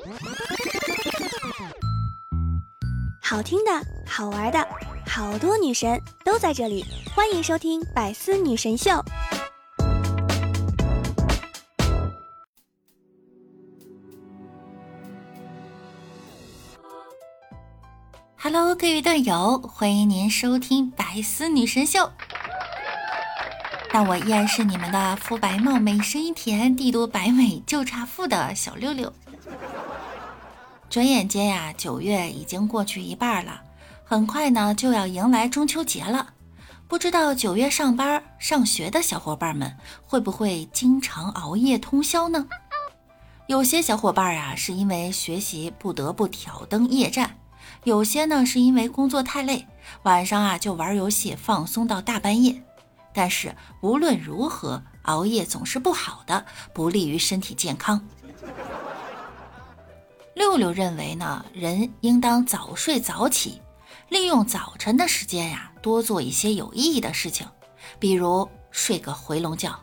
好听的，好玩的，好多女神都在这里，欢迎收听百思女神秀。 Hello， 各位队友，欢迎您收听百思女神秀。那我依然是你们的肤白貌美、声音甜、地多白美就差富的小六六。转眼间呀，9月已经过去一半了，很快呢就要迎来中秋节了。不知道9月上班上学的小伙伴们会不会经常熬夜通宵呢？有些小伙伴啊是因为学习不得不挑灯夜战，有些呢是因为工作太累，晚上啊就玩游戏放松到大半夜。但是无论如何，熬夜总是不好的，不利于身体健康。六六认为呢，人应当早睡早起，利用早晨的时间呀，多做一些有意义的事情，比如睡个回笼觉。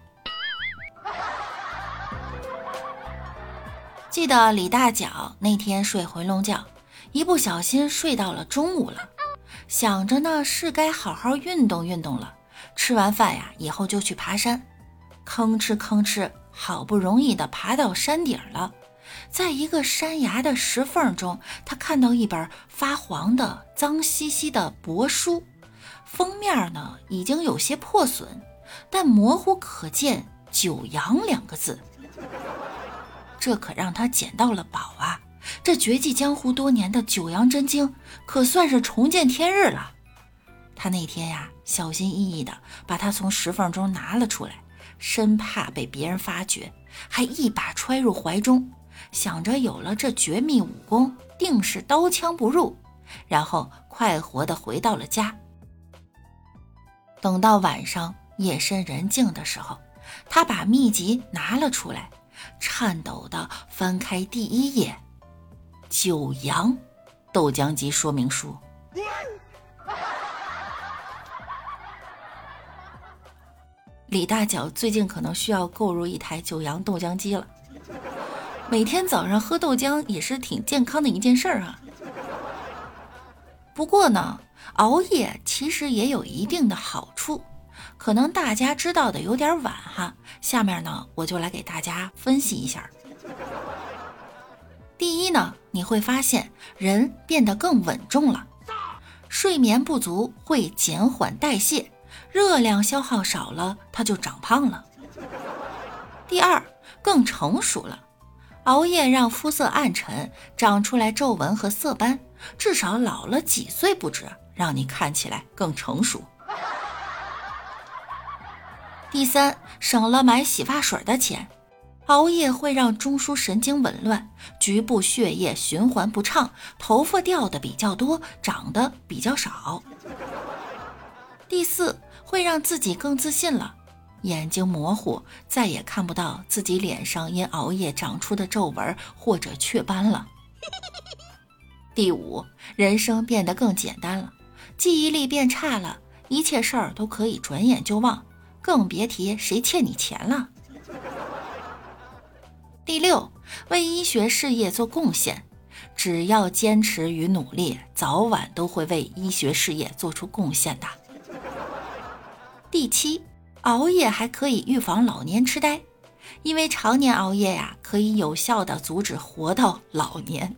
记得李大脚那天睡回笼觉，一不小心睡到了中午了，想着呢是该好好运动运动了，吃完饭呀以后就去爬山，吭哧吭哧，好不容易的爬到山顶了。在一个山崖的石缝中，他看到一本发黄的脏兮兮的帛书，封面呢已经有些破损，但模糊可见九阳2个字。这可让他捡到了宝啊，这绝迹江湖多年的九阳真经可算是重见天日了。他那天呀小心翼翼地把它从石缝中拿了出来，生怕被别人发觉，还一把揣入怀中，想着有了这绝密武功，定是刀枪不入，然后快活地回到了家。等到晚上夜深人静的时候，他把秘籍拿了出来，颤抖地翻开第1页，九阳豆浆机说明书。李大脚最近可能需要购入一台九阳豆浆机了，每天早上喝豆浆也是挺健康的一件事儿啊。不过呢，熬夜其实也有一定的好处，可能大家知道的有点晚哈，下面呢我就来给大家分析一下。第一呢，你会发现人变得更稳重了，睡眠不足会减缓代谢，热量消耗少了，它就长胖了。第二，更成熟了，熬夜让肤色暗沉，长出来皱纹和色斑，至少老了几岁不止，让你看起来更成熟。第三，省了买洗发水的钱，熬夜会让中枢神经紊乱，局部血液循环不畅，头发掉的比较多，长得比较少。第四，会让自己更自信了，眼睛模糊，再也看不到自己脸上因熬夜长出的皱纹或者雀斑了。第五，人生变得更简单了，记忆力变差了，一切事儿都可以转眼就忘，更别提谁欠你钱了。第六，为医学事业做贡献，只要坚持与努力，早晚都会为医学事业做出贡献的。第七，熬夜还可以预防老年痴呆，因为常年熬夜呀，可以有效地阻止活到老年。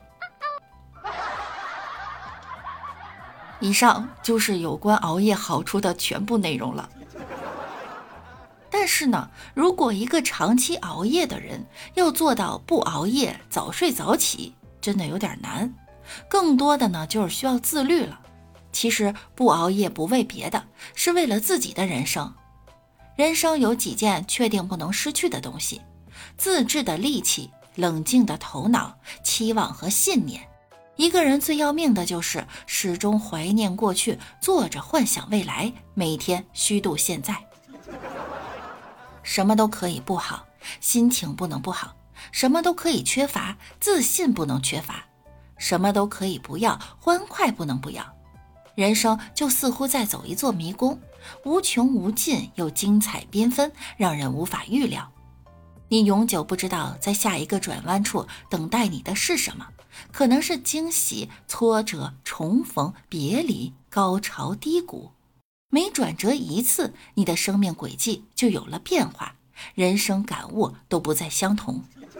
以上就是有关熬夜好处的全部内容了。但是呢，如果一个长期熬夜的人要做到不熬夜、早睡早起，真的有点难。更多的呢，就是需要自律了。其实不熬夜不为别的，是为了自己的人生。人生有几件确定不能失去的东西：自制的力气、冷静的头脑、期望和信念。一个人最要命的就是始终怀念过去，做着幻想未来，每天虚度现在。什么都可以不好，心情不能不好；什么都可以缺乏，自信不能缺乏；什么都可以不要，欢快不能不要。人生就似乎在走一座迷宫，无穷无尽又精彩缤纷，让人无法预料。 你永久不知道在下一个转弯处等待你的是什么，可能是惊喜、挫折、重逢、别离、高潮、低谷。每转折一次，你的生命轨迹就有了变化，人生感悟都不再相同。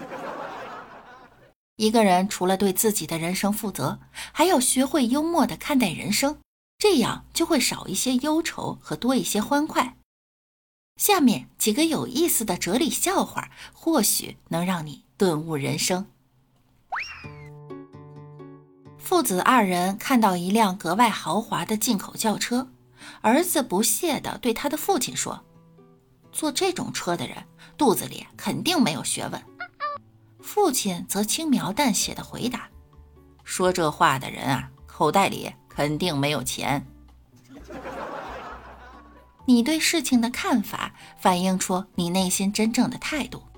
一个人除了对自己的人生负责，还要学会幽默地看待人生，这样就会少一些忧愁和多一些欢快。下面几个有意思的哲理笑话，或许能让你顿悟人生。父子二人看到一辆格外豪华的进口轿车，儿子不屑地对他的父亲说：坐这种车的人肚子里肯定没有学问。父亲则轻描淡写地回答：说这话的人啊，口袋里肯定没有钱。你对事情的看法反映出你内心真正的态度。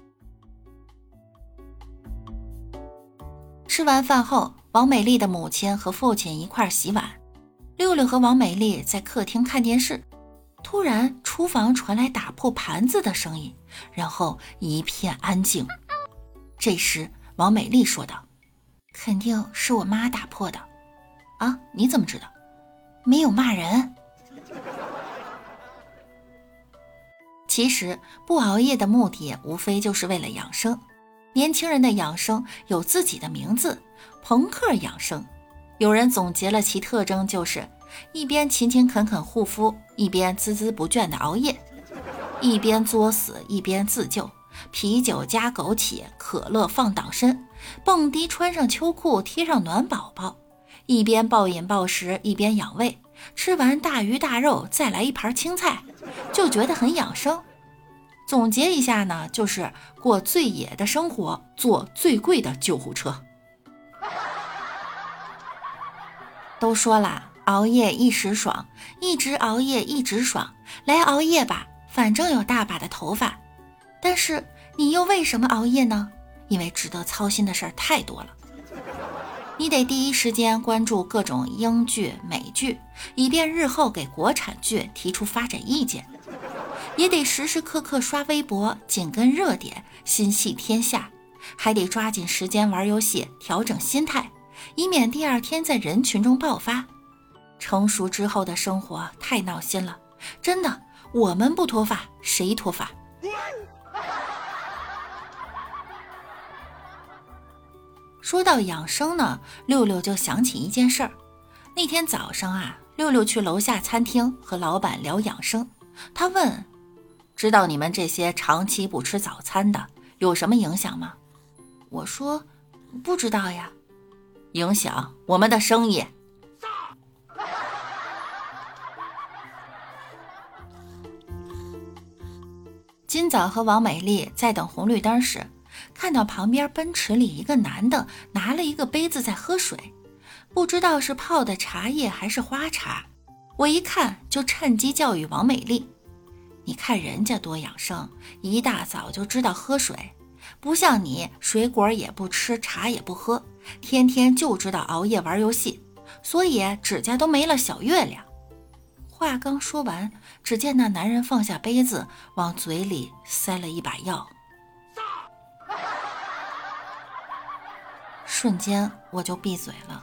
吃完饭后，王美丽的母亲和父亲一块洗碗，六六和王美丽在客厅看电视。突然厨房传来打破盘子的声音，然后一片安静。这时王美丽说道：肯定是我妈打破的。啊，你怎么知道？没有骂人。其实不熬夜的目的无非就是为了养生。年轻人的养生有自己的名字，朋克养生。有人总结了其特征，就是一边勤勤恳恳护肤，一边孜孜不倦的熬夜，一边作死一边自救，啤酒加枸杞，可乐放挡身，蹦迪穿上秋裤贴上暖宝宝，一边暴饮暴食一边养胃，吃完大鱼大肉再来一盘青菜，就觉得很养生。总结一下呢，就是过最野的生活，坐最贵的救护车。都说了，熬夜一时爽，一直熬夜一直爽，来熬夜吧，反正有大把的头发。但是你又为什么熬夜呢？因为值得操心的事儿太多了。你得第一时间关注各种英剧、美剧，以便日后给国产剧提出发展意见。也得时时刻刻刷微博，紧跟热点，心系天下。还得抓紧时间玩游戏，调整心态，以免第二天在人群中爆发。成熟之后的生活太闹心了，真的，我们不脱发，谁脱发？说到养生呢，六六就想起一件事儿。那天早上啊，六六去楼下餐厅和老板聊养生，他问：知道你们这些长期不吃早餐的有什么影响吗？我说不知道呀。影响我们的生意。今早和王美丽在等红绿灯时，看到旁边奔驰里一个男的拿了一个杯子在喝水，不知道是泡的茶叶还是花茶。我一看就趁机教育王美丽：你看人家多养生，一大早就知道喝水，不像你水果也不吃，茶也不喝，天天就知道熬夜玩游戏，所以指甲都没了小月亮。话刚说完，只见那男人放下杯子，往嘴里塞了一把药。瞬间我就闭嘴了。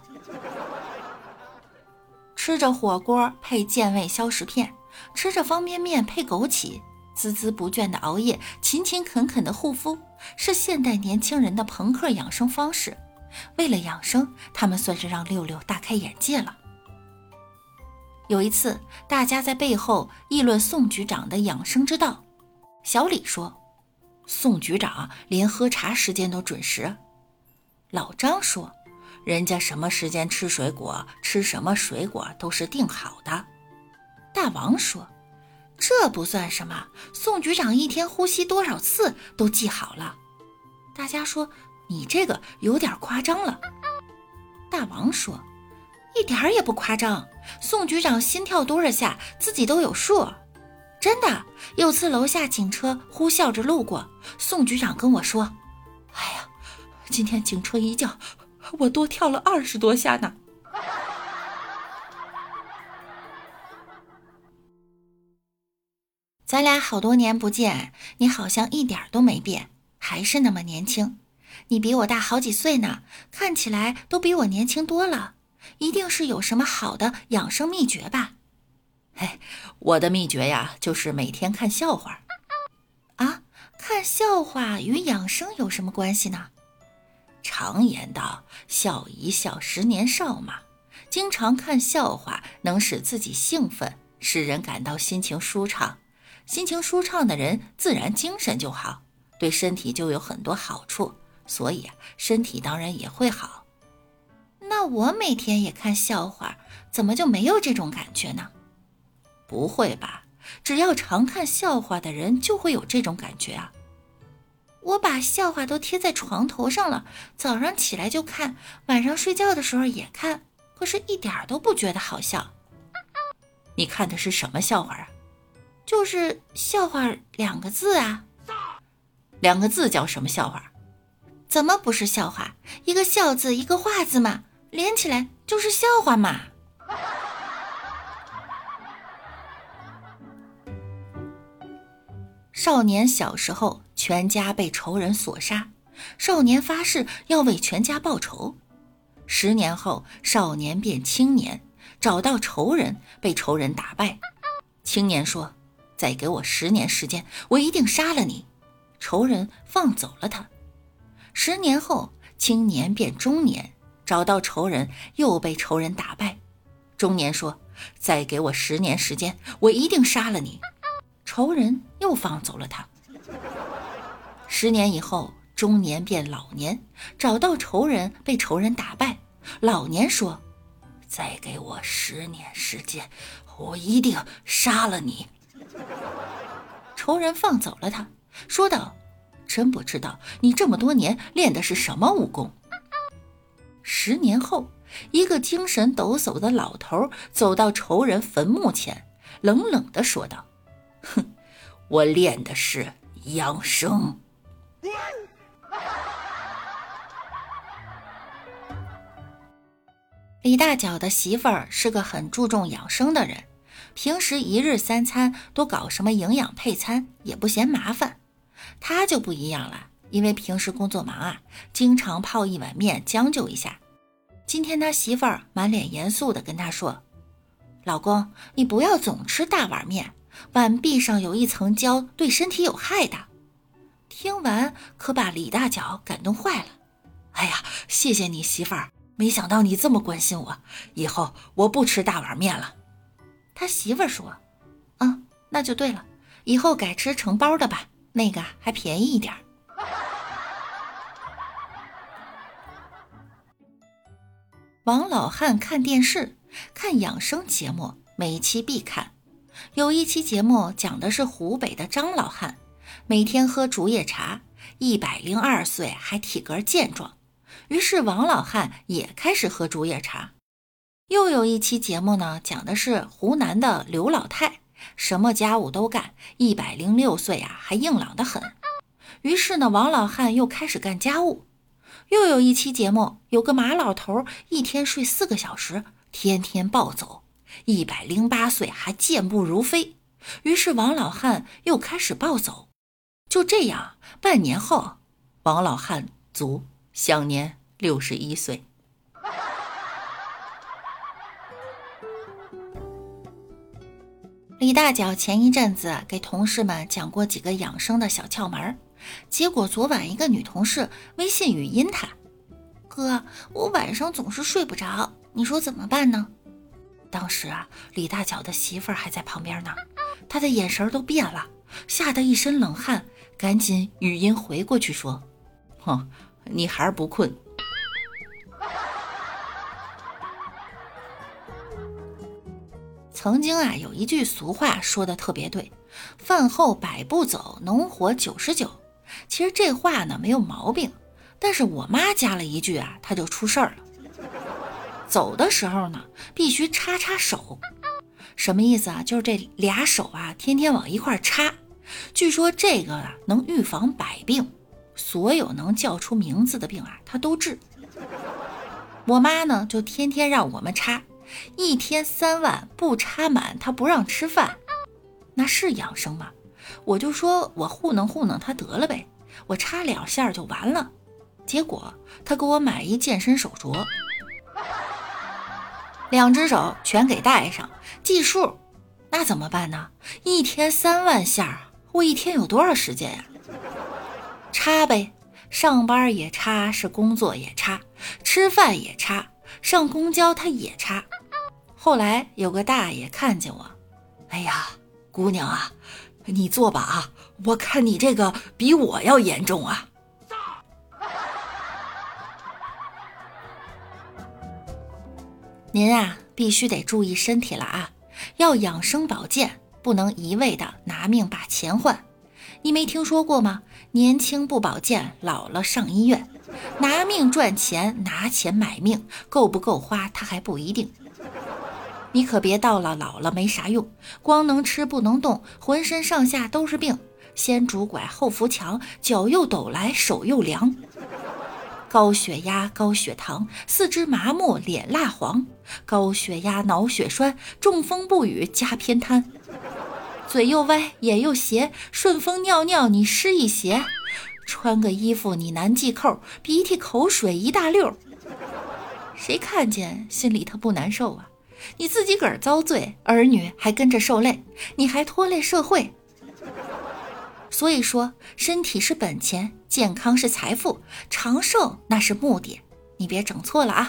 吃着火锅配健胃消食片，吃着方便面配枸杞，孜孜不倦的熬夜，勤勤恳恳的护肤，是现代年轻人的朋克养生方式。为了养生，他们算是让六六大开眼界了。有一次，大家在背后议论宋局长的养生之道。小李说：宋局长连喝茶时间都准时。老张说：人家什么时间吃水果，吃什么水果都是定好的。大王说：这不算什么，宋局长一天呼吸多少次都记好了。大家说：你这个有点夸张了。大王说：一点也不夸张，宋局长心跳多少下自己都有数。真的，有次楼下警车呼啸着路过，宋局长跟我说：哎呀，今天警车一叫，我多跳了20多下呢。咱俩好多年不见，你好像一点都没变， 还是那么年轻，你比我大好几岁呢，看起来都比我年轻多了，一定是有什么好的养生秘诀吧？ 我的秘诀呀，就是每天看笑话。 啊，看笑话与养生有什么关系呢？ 常言道，笑一笑10年少嘛。经常看笑话能使自己兴奋，使人感到心情舒畅。心情舒畅的人自然精神就好，对身体就有很多好处，所以身体当然也会好。 那我每天也看笑话，怎么就没有这种感觉呢？ 不会吧？只要常看笑话的人就会有这种感觉啊。 我把笑话都贴在床头上了，早上起来就看，晚上睡觉的时候也看，可是一点都不觉得好笑。 你看的是什么笑话啊？ 就是笑话2个字啊。 2个字叫什么笑话？ 怎么不是笑话？一个笑字，一个话字嘛，连起来就是笑话嘛。 少年小时候，全家被仇人所杀，少年发誓要为全家报仇。10年后，少年变青年，找到仇人，被仇人打败。青年说：“再给我10年时间，我一定杀了你。”仇人放走了他。10年后，青年变中年，找到仇人，又被仇人打败。中年说：“再给我10年时间，我一定杀了你。”仇人又放走了他。10年以后，中年变老年，找到仇人，被仇人打败。老年说：“再给我10年时间，我一定杀了你。”仇人放走了他，说道：“真不知道你这么多年练的是什么武功。”10年后，一个精神抖擞的老头走到仇人坟墓前，冷冷地说道：“哼，我练的是养生。” 李大脚的媳妇儿是个很注重养生的人，平时1日3餐都搞什么营养配餐，也不嫌麻烦。他就不一样了，因为平时工作忙啊，经常泡一碗面将就一下。今天他媳妇儿满脸严肃地跟他说：“老公，你不要总吃大碗面，碗壁上有一层胶，对身体有害的。”听完可把李大脚感动坏了。 哎呀，谢谢你媳妇儿，没想到你这么关心我，以后我不吃大碗面了。 他媳妇儿说：“那就对了，以后改吃成包的吧，那个还便宜一点。”王老汉看电视，看养生节目，每期必看。有一期节目讲的是湖北的张老汉，每天喝竹叶茶，102岁还体格健壮。于是王老汉也开始喝竹叶茶。又有一期节目呢，讲的是湖南的刘老太，什么家务都干，106岁啊，还硬朗得很。于是呢，王老汉又开始干家务。又有一期节目，有个马老头一天睡4个小时，天天暴走，108岁还健步如飞。于是王老汉又开始暴走。就这样，半年后，王老汉卒，享年61岁。李大脚前一阵子给同事们讲过几个养生的小窍门，结果昨晚一个女同事微信语音他：“哥，我晚上总是睡不着，你说怎么办呢？”当时啊，李大脚的媳妇儿还在旁边呢，她的眼神都变了，吓得一身冷汗，赶紧语音回过去说：“ 你还是不困。” 曾经啊，有一句俗话说的特别对，饭后100步走，能活99。其实这话呢没有毛病，但是我妈加了一句啊，她就出事儿了。走的时候呢，必须插手。什么意思啊？就是这俩手啊，天天往一块插。据说这个啊，能预防百病，所有能叫出名字的病啊，它都治。我妈呢，就天天让我们插。1天3碗不插满，他不让吃饭，那是养生吗？我就说我糊弄糊弄他得了呗， 我插2下就完了。结果他给我买一健身手镯，2只手全给戴上，计数。那怎么办呢？一天3万下，我一天有多少时间呀？插呗，上班也插，是工作也插，吃饭也插，上公交他也插。后来有个大爷看见我，哎呀，姑娘啊，你坐吧啊，我看你这个比我要严重啊。您啊，必须得注意身体了啊，要养生保健，不能一味的拿命把钱换。你没听说过吗？年轻不保健，老了上医院。拿命赚钱，拿钱买命，够不够花他还不一定。你可别到了老了没啥用，光能吃不能动，浑身上下都是病，先拄拐后扶墙，脚又抖来手又凉。高血压、高血糖，四肢麻木，脸蜡黄；高血压、脑血栓，中风不语加偏瘫；嘴又歪，眼又斜，顺风尿尿你湿一鞋；穿个衣服你难系扣，鼻涕口水一大溜。谁看见心里他不难受啊？你自己个儿遭罪，儿女还跟着受累，你还拖累社会。所以说，身体是本钱，健康是财富，长寿那是目的，你别整错了啊。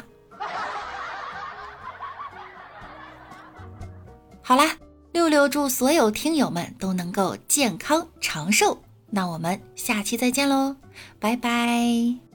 好啦，六六祝所有听友们都能够健康长寿，那我们下期再见喽，拜拜。